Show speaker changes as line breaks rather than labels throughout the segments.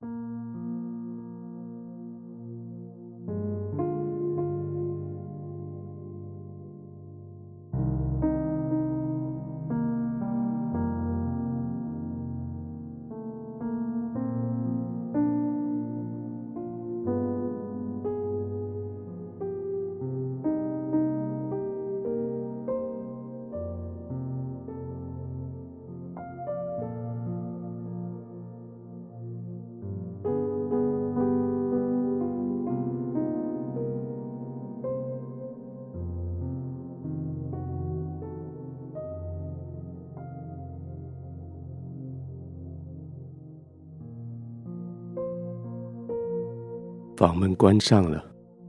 房门关上了，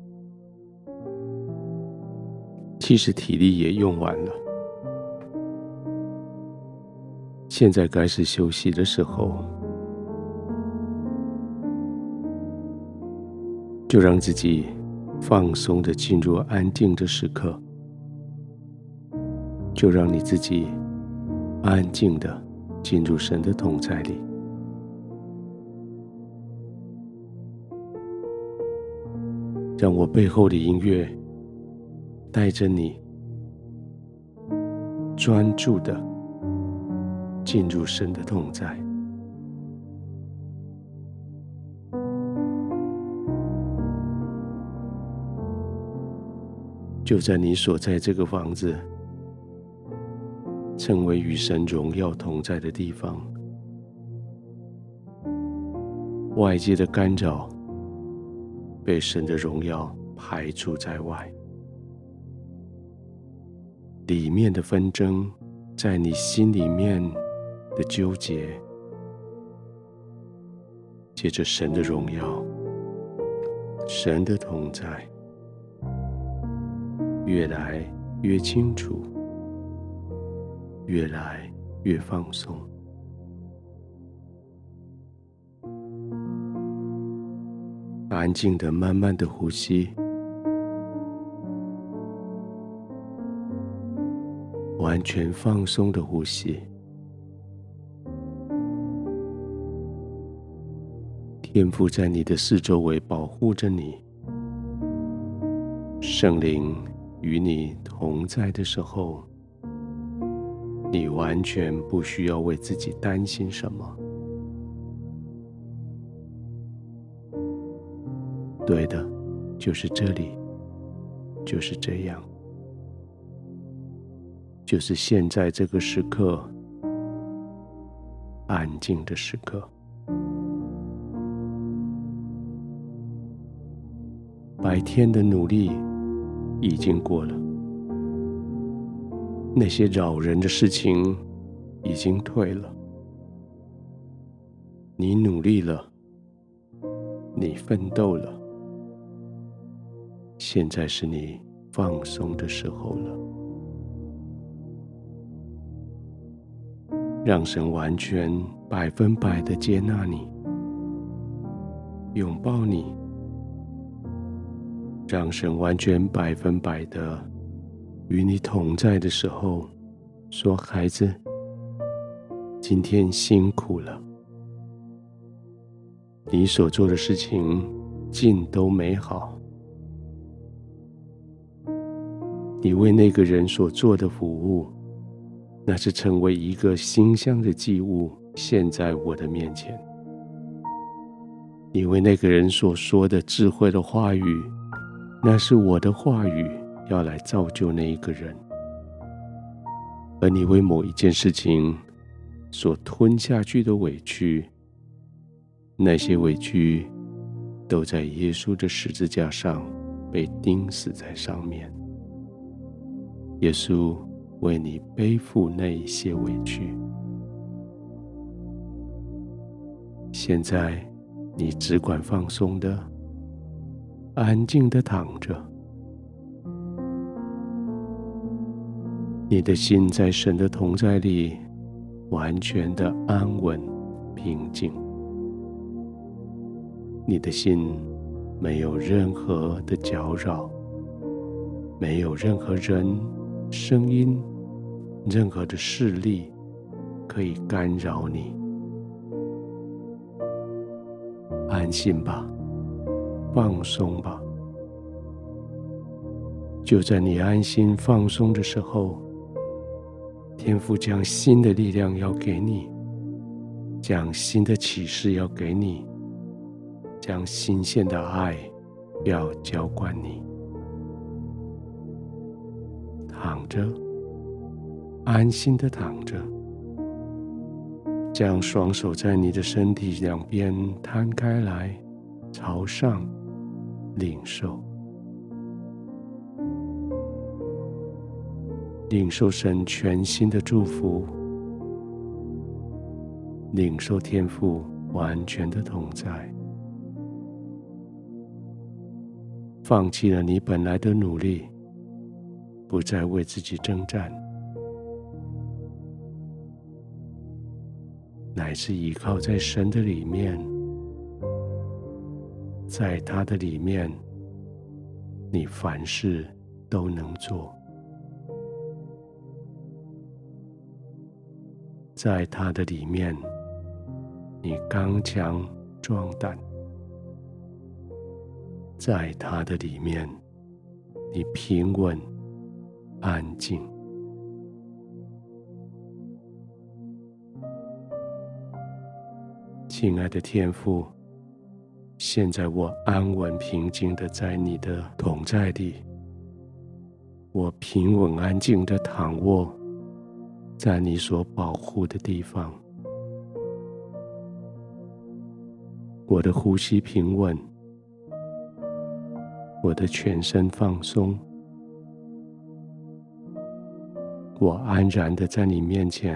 其实体力也用完了，现在该是休息的时候，就让自己放松地进入安静的时刻，就让你自己安静地进入神的同在里。让我背后的音乐带着你专注地进入神的同在。就在你所在这个房子成为与神荣耀同在的地方，外界的干扰被神的荣耀排除在外，里面的纷争，在你心里面的纠结，借着神的荣耀，神的同在，越来越清楚，越来越放松。安静的慢慢的呼吸，完全放松的呼吸。天父在你的四周围保护着你，圣灵与你同在的时候，你完全不需要为自己担心什么。对的，就是这里，就是这样，就是现在这个时刻，安静的时刻。白天的努力已经过了，那些扰人的事情已经退了，你努力了，你奋斗了，现在是你放松的时候了。让神完全100%的接纳你，拥抱你，让神完全100%的与你同在的时候，说：孩子，今天辛苦了，你所做的事情尽都美好，你为那个人所做的服务，那是成为一个馨香的祭物，献在我的面前。你为那个人所说的智慧的话语，那是我的话语，要来造就那一个人。而你为某一件事情所吞下去的委屈，那些委屈都在耶稣的十字架上被钉死在上面。耶稣为你背负那一些委屈，现在你只管放松的安静的躺着，你的心在神的同在里完全的安稳平静，你的心没有任何的搅扰，没有任何人、声音、任何的势力可以干扰你。 安心吧，放松吧。就在你安心放松的时候，天父将新的力量要给你，将新的启示要给你，将新鲜的爱要浇灌你。躺着，安心的躺着，将双手在你的身体两边摊开来，朝上领受。领受神全新的祝福，领受天父完全的同在。放弃了你本来的努力，不再为自己征战，乃是依靠在神的里面，在他的里面，你凡事都能做。在他的里面，你刚强壮胆；在他的里面，你平稳安静。亲爱的天父，现在我安稳平静地在你的同在里，我平稳安静地躺卧在你所保护的地方，我的呼吸平稳，我的全身放松，我安然地在你面前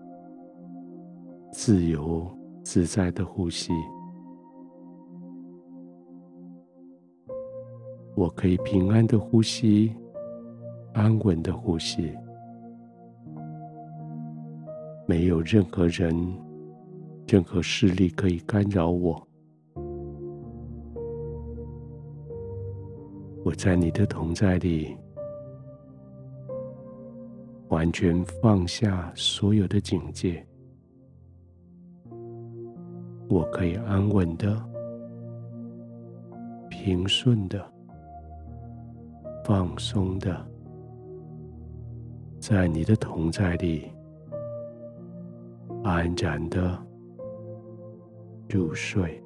自由自在地呼吸，我可以平安地呼吸，安稳地呼吸，没有任何人、任何势力可以干扰我。我在你的同在里，完全放下所有的警戒。我可以安稳的、平顺的、放松的，在你的同在里安然的入睡。